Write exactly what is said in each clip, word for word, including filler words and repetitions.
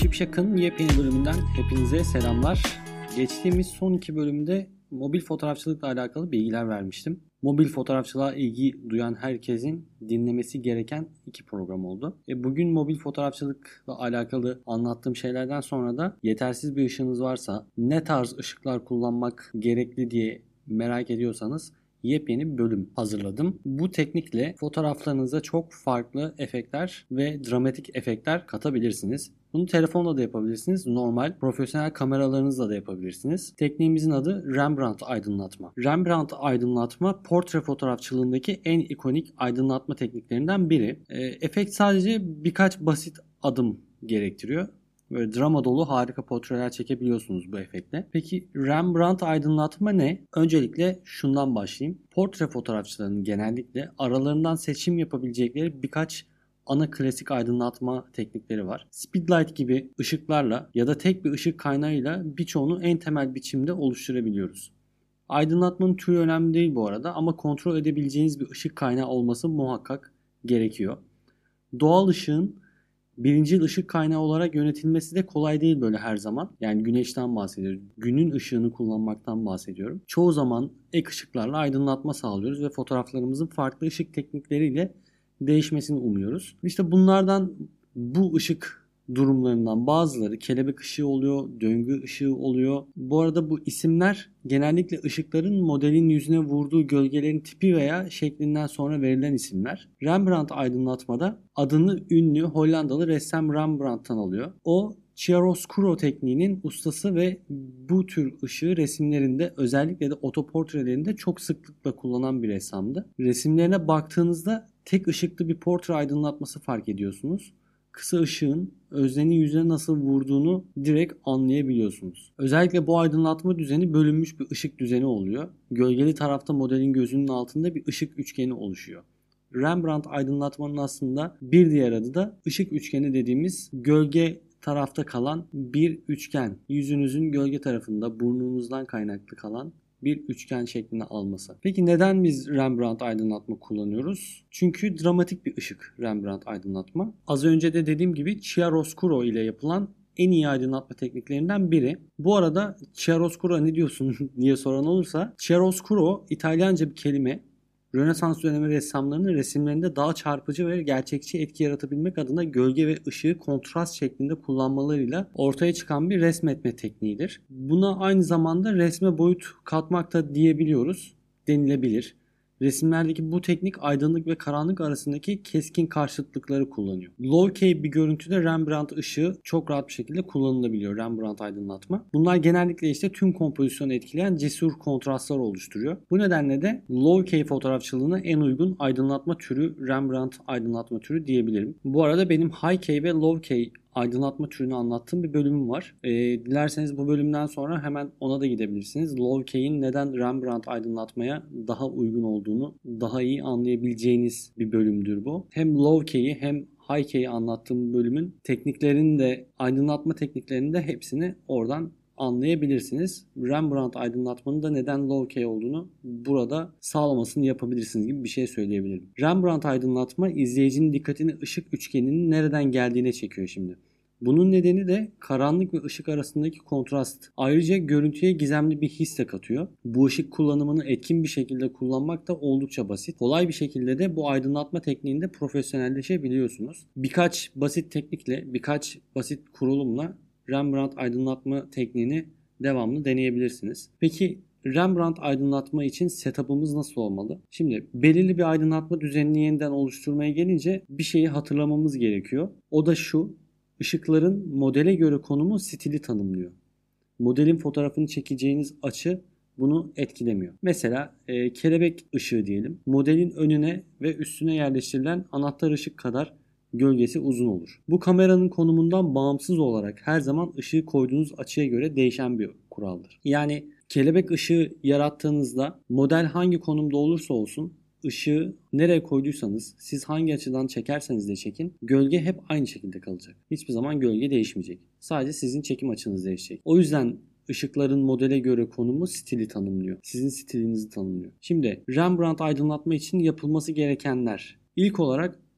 Dipşak'ın yepyeni bölümünden hepinize selamlar. Geçtiğimiz son iki bölümde mobil fotoğrafçılıkla alakalı bilgiler vermiştim. Mobil fotoğrafçılığa ilgi duyan herkesin dinlemesi gereken iki program oldu. E bugün mobil fotoğrafçılıkla alakalı anlattığım şeylerden sonra da yetersiz bir ışığınız varsa ne tarz ışıklar kullanmak gerekli diye merak ediyorsanız yepyeni bir bölüm hazırladım. Bu teknikle fotoğraflarınıza çok farklı efektler ve dramatik efektler katabilirsiniz. Bunu telefonla da yapabilirsiniz. Normal, profesyonel kameralarınızla da yapabilirsiniz. Tekniğimizin adı Rembrandt aydınlatma. Rembrandt aydınlatma, portre fotoğrafçılığındaki en ikonik aydınlatma tekniklerinden biri. E, efekt sadece birkaç basit adım gerektiriyor. Böyle drama dolu harika portreler çekebiliyorsunuz bu efektle. Peki Rembrandt aydınlatma ne? Öncelikle şundan başlayayım. Portre fotoğrafçılarının genellikle aralarından seçim yapabilecekleri birkaç ana klasik aydınlatma teknikleri var. Speedlight gibi ışıklarla ya da tek bir ışık kaynağıyla birçoğunu en temel biçimde oluşturabiliyoruz. Aydınlatmanın türü önemli değil bu arada ama kontrol edebileceğiniz bir ışık kaynağı olması muhakkak gerekiyor. Doğal ışığın birincil ışık kaynağı olarak yönetilmesi de kolay değil böyle her zaman. Yani güneşten bahsediyoruz. Günün ışığını kullanmaktan bahsediyorum. Çoğu zaman ek ışıklarla aydınlatma sağlıyoruz ve fotoğraflarımızın farklı ışık teknikleriyle değişmesini umuyoruz. İşte bunlardan bu ışık durumlarından bazıları kelebek ışığı oluyor, döngü ışığı oluyor. Bu arada bu isimler genellikle ışıkların modelin yüzüne vurduğu gölgelerin tipi veya şeklinden sonra verilen isimler. Rembrandt aydınlatmada adını ünlü Hollandalı ressam Rembrandt'tan alıyor. O chiaroscuro tekniğinin ustası ve bu tür ışığı resimlerinde özellikle de otoportrelerinde çok sıklıkla kullanan bir ressamdı. Resimlerine baktığınızda tek ışıklı bir portre aydınlatması fark ediyorsunuz. Kısa ışığın öznenin yüzüne nasıl vurduğunu direkt anlayabiliyorsunuz. Özellikle bu aydınlatma düzeni bölünmüş bir ışık düzeni oluyor. Gölgeli tarafta modelin gözünün altında bir ışık üçgeni oluşuyor. Rembrandt aydınlatmanın aslında bir diğer adı da ışık üçgeni dediğimiz gölge tarafta kalan bir üçgen. Yüzünüzün gölge tarafında burnunuzdan kaynaklı kalan bir üçgen şeklini alması. Peki neden biz Rembrandt aydınlatma kullanıyoruz? Çünkü dramatik bir ışık Rembrandt aydınlatma. Az önce de dediğim gibi chiaroscuro ile yapılan en iyi aydınlatma tekniklerinden biri. Bu arada chiaroscuro ne diyorsun diye soran olursa, chiaroscuro İtalyanca bir kelime. Rönesans dönemi ressamlarının resimlerinde daha çarpıcı ve gerçekçi etki yaratabilmek adına gölge ve ışığı kontrast şeklinde kullanmalarıyla ortaya çıkan bir resmetme tekniğidir. Buna aynı zamanda resme boyut katmak da diyebiliyoruz, denilebilir. Resimlerdeki bu teknik aydınlık ve karanlık arasındaki keskin karşıtlıkları kullanıyor. Low-key bir görüntüde Rembrandt ışığı çok rahat bir şekilde kullanılabiliyor. Rembrandt aydınlatma. Bunlar genellikle işte tüm kompozisyonu etkileyen cesur kontrastlar oluşturuyor. Bu nedenle de low-key fotoğrafçılığına en uygun aydınlatma türü Rembrandt aydınlatma türü diyebilirim. Bu arada benim high-key ve low-key aydınlatma türünü anlattığım bir bölümüm var. E, dilerseniz bu bölümden sonra hemen ona da gidebilirsiniz. Low-key'in neden Rembrandt aydınlatmaya daha uygun olduğunu daha iyi anlayabileceğiniz bir bölümdür bu. Hem low-key'i hem high-key'i anlattığım bölümün tekniklerini de, aydınlatma tekniklerini de hepsini oradan anlayabilirsiniz. Rembrandt aydınlatmanın da neden low-key olduğunu burada sağlamasını yapabilirsiniz gibi bir şey söyleyebilirim. Rembrandt aydınlatma izleyicinin dikkatini ışık üçgeninin nereden geldiğine çekiyor şimdi. Bunun nedeni de karanlık ve ışık arasındaki kontrast. Ayrıca görüntüye gizemli bir his de katıyor. Bu ışık kullanımını etkin bir şekilde kullanmak da oldukça basit. Kolay bir şekilde de bu aydınlatma tekniğinde profesyonelleşebiliyorsunuz. Birkaç basit teknikle, birkaç basit kurulumla Rembrandt aydınlatma tekniğini devamlı deneyebilirsiniz. Peki Rembrandt aydınlatma için setup'ımız nasıl olmalı? Şimdi belirli bir aydınlatma düzenini yeniden oluşturmaya gelince bir şeyi hatırlamamız gerekiyor. O da şu: ışıkların modele göre konumu stili tanımlıyor. Modelin fotoğrafını çekeceğiniz açı bunu etkilemiyor. Mesela e, kelebek ışığı diyelim. Modelin önüne ve üstüne yerleştirilen anahtar ışık kadar gölgesi uzun olur. Bu kameranın konumundan bağımsız olarak her zaman ışığı koyduğunuz açıya göre değişen bir kuraldır. Yani kelebek ışığı yarattığınızda model hangi konumda olursa olsun ışığı nereye koyduysanız, siz hangi açıdan çekerseniz de çekin, gölge hep aynı şekilde kalacak. Hiçbir zaman gölge değişmeyecek. Sadece sizin çekim açınız değişecek. O yüzden ışıkların modele göre konumu stili tanımlıyor. Sizin stilinizi tanımlıyor. Şimdi Rembrandt aydınlatma için yapılması gerekenler. İlk olarak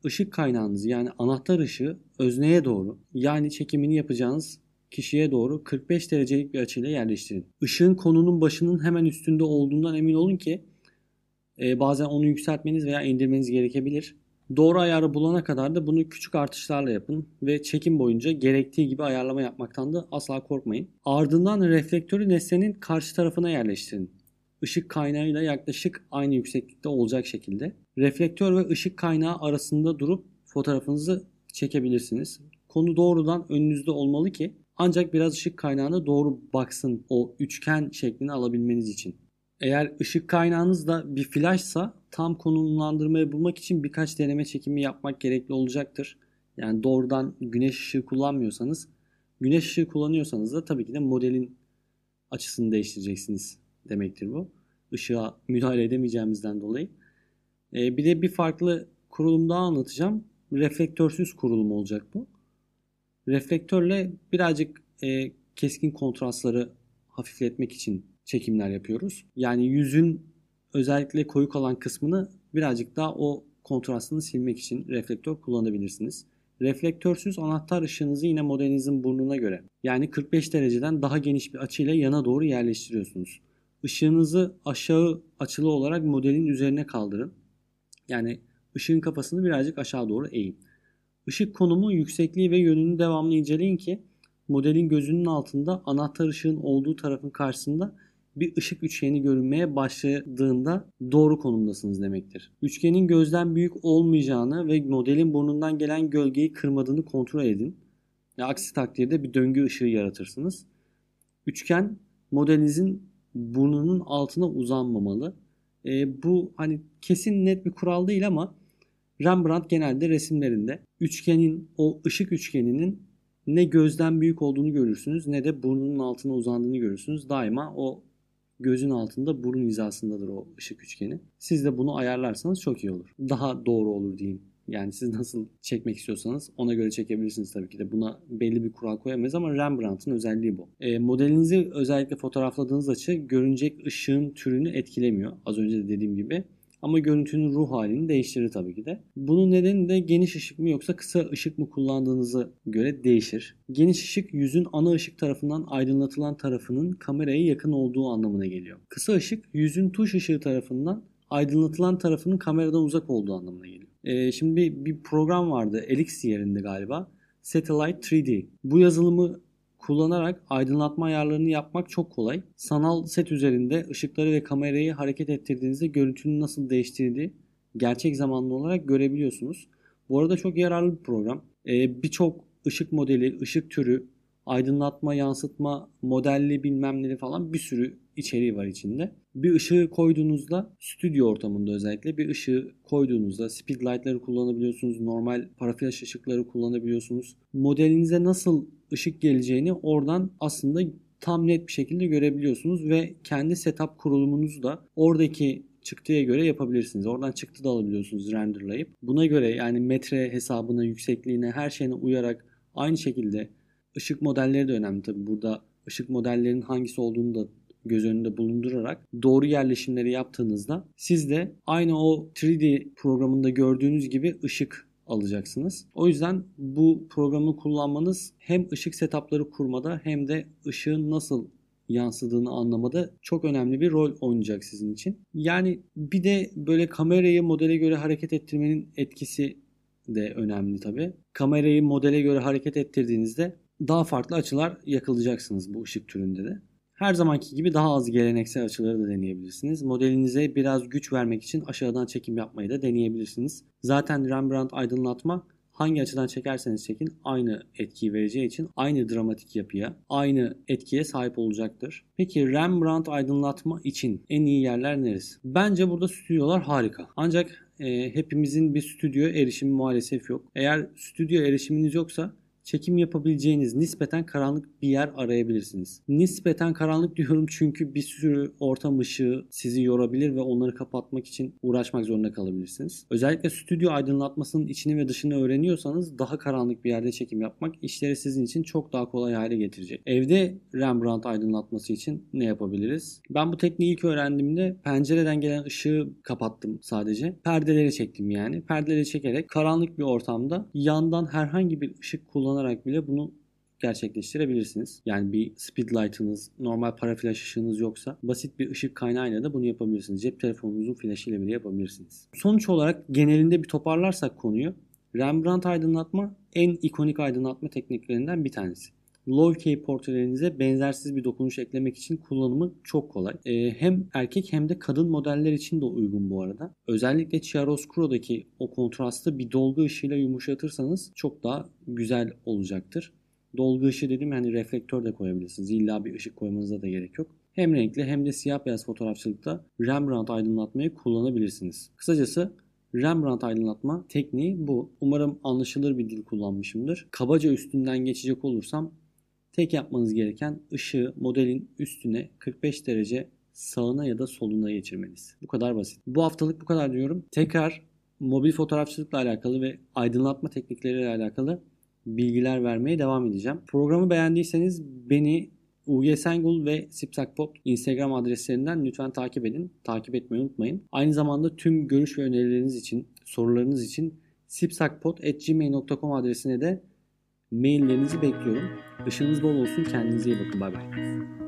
ışık kaynağınızı yani anahtar ışığı özneye doğru yani çekimini yapacağınız kişiye doğru kırk beş derecelik bir açıyla yerleştirin. Işığın konunun başının hemen üstünde olduğundan emin olun ki e, bazen onu yükseltmeniz veya indirmeniz gerekebilir. Doğru ayarı bulana kadar da bunu küçük artışlarla yapın ve çekim boyunca gerektiği gibi ayarlama yapmaktan da asla korkmayın. Ardından reflektörü nesnenin karşı tarafına yerleştirin. Işık kaynağıyla yaklaşık aynı yükseklikte olacak şekilde. Reflektör ve ışık kaynağı arasında durup fotoğrafınızı çekebilirsiniz. Konu doğrudan önünüzde olmalı ki ancak biraz ışık kaynağına doğru baksın o üçgen şeklini alabilmeniz için. Eğer ışık kaynağınız da bir flashsa tam konumlandırmayı bulmak için birkaç deneme çekimi yapmak gerekli olacaktır. Yani doğrudan güneş ışığı kullanmıyorsanız, güneş ışığı kullanıyorsanız da tabii ki de modelin açısını değiştireceksiniz demektir bu. Işığa müdahale edemeyeceğimizden dolayı. Ee, bir de bir farklı kurulum daha anlatacağım. Reflektörsüz kurulum olacak bu. Reflektörle birazcık e, keskin kontrastları hafifletmek için çekimler yapıyoruz. Yani yüzün özellikle koyu kalan kısmını birazcık daha o kontrastını silmek için reflektör kullanabilirsiniz. Reflektörsüz anahtar ışığınızı yine modelinizin burnuna göre yani kırk beş dereceden daha geniş bir açıyla yana doğru yerleştiriyorsunuz. Işığınızı aşağı açılı olarak modelin üzerine kaldırın. Yani ışığın kafasını birazcık aşağı doğru eğin. Işık konumu, yüksekliği ve yönünü devamlı inceleyin ki modelin gözünün altında anahtar ışığın olduğu tarafın karşısında bir ışık üçgeni görünmeye başladığında doğru konumdasınız demektir. Üçgenin gözden büyük olmayacağını ve modelin burnundan gelen gölgeyi kırmadığını kontrol edin. Ya, aksi takdirde bir döngü ışığı yaratırsınız. Üçgen modelinizin burnunun altına uzanmamalı. E, bu hani kesin net bir kural değil ama Rembrandt genelde resimlerinde üçgenin o ışık üçgeninin ne gözden büyük olduğunu görürsünüz ne de burnunun altına uzandığını görürsünüz. Daima o gözün altında burun hizasındadır o ışık üçgeni. Siz de bunu ayarlarsanız çok iyi olur. Daha doğru olur diyeyim. Yani siz nasıl çekmek istiyorsanız ona göre çekebilirsiniz tabii ki de. Buna belli bir kural koyamayız ama Rembrandt'ın özelliği bu. E, modelinizi özellikle fotoğrafladığınız açı görünecek ışığın türünü etkilemiyor. Az önce de dediğim gibi. Ama görüntünün ruh halini değiştirir tabii ki de. Bunun nedeni de geniş ışık mı yoksa kısa ışık mı kullandığınıza göre değişir. Geniş ışık yüzün ana ışık tarafından aydınlatılan tarafının kameraya yakın olduğu anlamına geliyor. Kısa ışık yüzün tuş ışığı tarafından aydınlatılan tarafının kameradan uzak olduğu anlamına geliyor. Ee, şimdi bir, bir program vardı Elixir'inde galiba. Satellite üç D. Bu yazılımı kullanarak aydınlatma ayarlarını yapmak çok kolay. Sanal set üzerinde ışıkları ve kamerayı hareket ettirdiğinizde görüntünün nasıl değiştirdiği gerçek zamanlı olarak görebiliyorsunuz. Bu arada çok yararlı bir program. Ee, Birçok ışık modeli, ışık türü, aydınlatma, yansıtma, modelli bilmem neleri falan bir sürü içeriği var içinde. Bir ışığı koyduğunuzda, stüdyo ortamında özellikle bir ışığı koyduğunuzda speedlight'ları kullanabiliyorsunuz, normal paraflaş ışıkları kullanabiliyorsunuz. Modelinize nasıl ışık geleceğini oradan aslında tam net bir şekilde görebiliyorsunuz ve kendi setup kurulumunuzu da oradaki çıktıya göre yapabilirsiniz. Oradan çıktı da alabiliyorsunuz renderlayıp. Buna göre yani metre hesabına, yüksekliğine, her şeyine uyarak aynı şekilde ışık modelleri de önemli tabii. Burada ışık modellerinin hangisi olduğunu da göz önünde bulundurarak doğru yerleşimleri yaptığınızda siz de aynı o üç D programında gördüğünüz gibi ışık alacaksınız. O yüzden bu programı kullanmanız hem ışık setupları kurmada hem de ışığın nasıl yansıdığını anlamada çok önemli bir rol oynayacak sizin için. Yani bir de böyle kamerayı modele göre hareket ettirmenin etkisi de önemli tabii. Kamerayı modele göre hareket ettirdiğinizde daha farklı açılar yakalayacaksınız bu ışık türünde de. Her zamanki gibi daha az geleneksel açıları da deneyebilirsiniz. Modelinize biraz güç vermek için aşağıdan çekim yapmayı da deneyebilirsiniz. Zaten Rembrandt aydınlatma hangi açıdan çekerseniz çekin aynı etkiyi vereceği için aynı dramatik yapıya, aynı etkiye sahip olacaktır. Peki Rembrandt aydınlatma için en iyi yerler neresi? Bence burada stüdyolar harika. Ancak e, hepimizin bir stüdyo erişimi maalesef yok. Eğer stüdyo erişiminiz yoksa çekim yapabileceğiniz nispeten karanlık bir yer arayabilirsiniz. Nispeten karanlık diyorum çünkü bir sürü ortam ışığı sizi yorabilir ve onları kapatmak için uğraşmak zorunda kalabilirsiniz. Özellikle stüdyo aydınlatmasının içini ve dışını öğreniyorsanız daha karanlık bir yerde çekim yapmak işleri sizin için çok daha kolay hale getirecek. Evde Rembrandt aydınlatması için ne yapabiliriz? Ben bu tekniği ilk öğrendiğimde pencereden gelen ışığı kapattım sadece. Perdeleri çektim yani. Perdeleri çekerek karanlık bir ortamda yandan herhangi bir ışık kullanarak bile bunu gerçekleştirebilirsiniz. Yani bir speedlight'ınız, normal para flash ışığınız yoksa basit bir ışık kaynağıyla da bunu yapabilirsiniz. Cep telefonunuzun flashıyla bile yapabilirsiniz. Sonuç olarak genelinde bir toparlarsak konuyu, Rembrandt aydınlatma en ikonik aydınlatma tekniklerinden bir tanesi. Low key portrelerinize benzersiz bir dokunuş eklemek için kullanımı çok kolay. Ee, hem erkek hem de kadın modeller için de uygun bu arada. Özellikle chiaroscuro'daki o kontrastı bir dolgu ışığıyla yumuşatırsanız çok daha güzel olacaktır. Dolgu ışığı dediğim hani reflektör de koyabilirsiniz. İlla bir ışık koymanıza da gerek yok. Hem renkli hem de siyah beyaz fotoğrafçılıkta Rembrandt aydınlatmayı kullanabilirsiniz. Kısacası Rembrandt aydınlatma tekniği bu. Umarım anlaşılır bir dil kullanmışımdır. Kabaca üstünden geçecek olursam tek yapmanız gereken ışığı modelin üstüne kırk beş derece sağına ya da soluna geçirmeniz. Bu kadar basit. Bu haftalık bu kadar diyorum. Tekrar mobil fotoğrafçılıkla alakalı ve aydınlatma teknikleriyle alakalı bilgiler vermeye devam edeceğim. Programı beğendiyseniz beni U G Sengul ve Sipsakpot Instagram adreslerinden lütfen takip edin. Takip etmeyi unutmayın. Aynı zamanda tüm görüş ve önerileriniz için, sorularınız için sipsakpot at gmail nokta com adresine de maillerinizi bekliyorum. Işığınız bol olsun. Kendinize iyi bakın. Bay bay.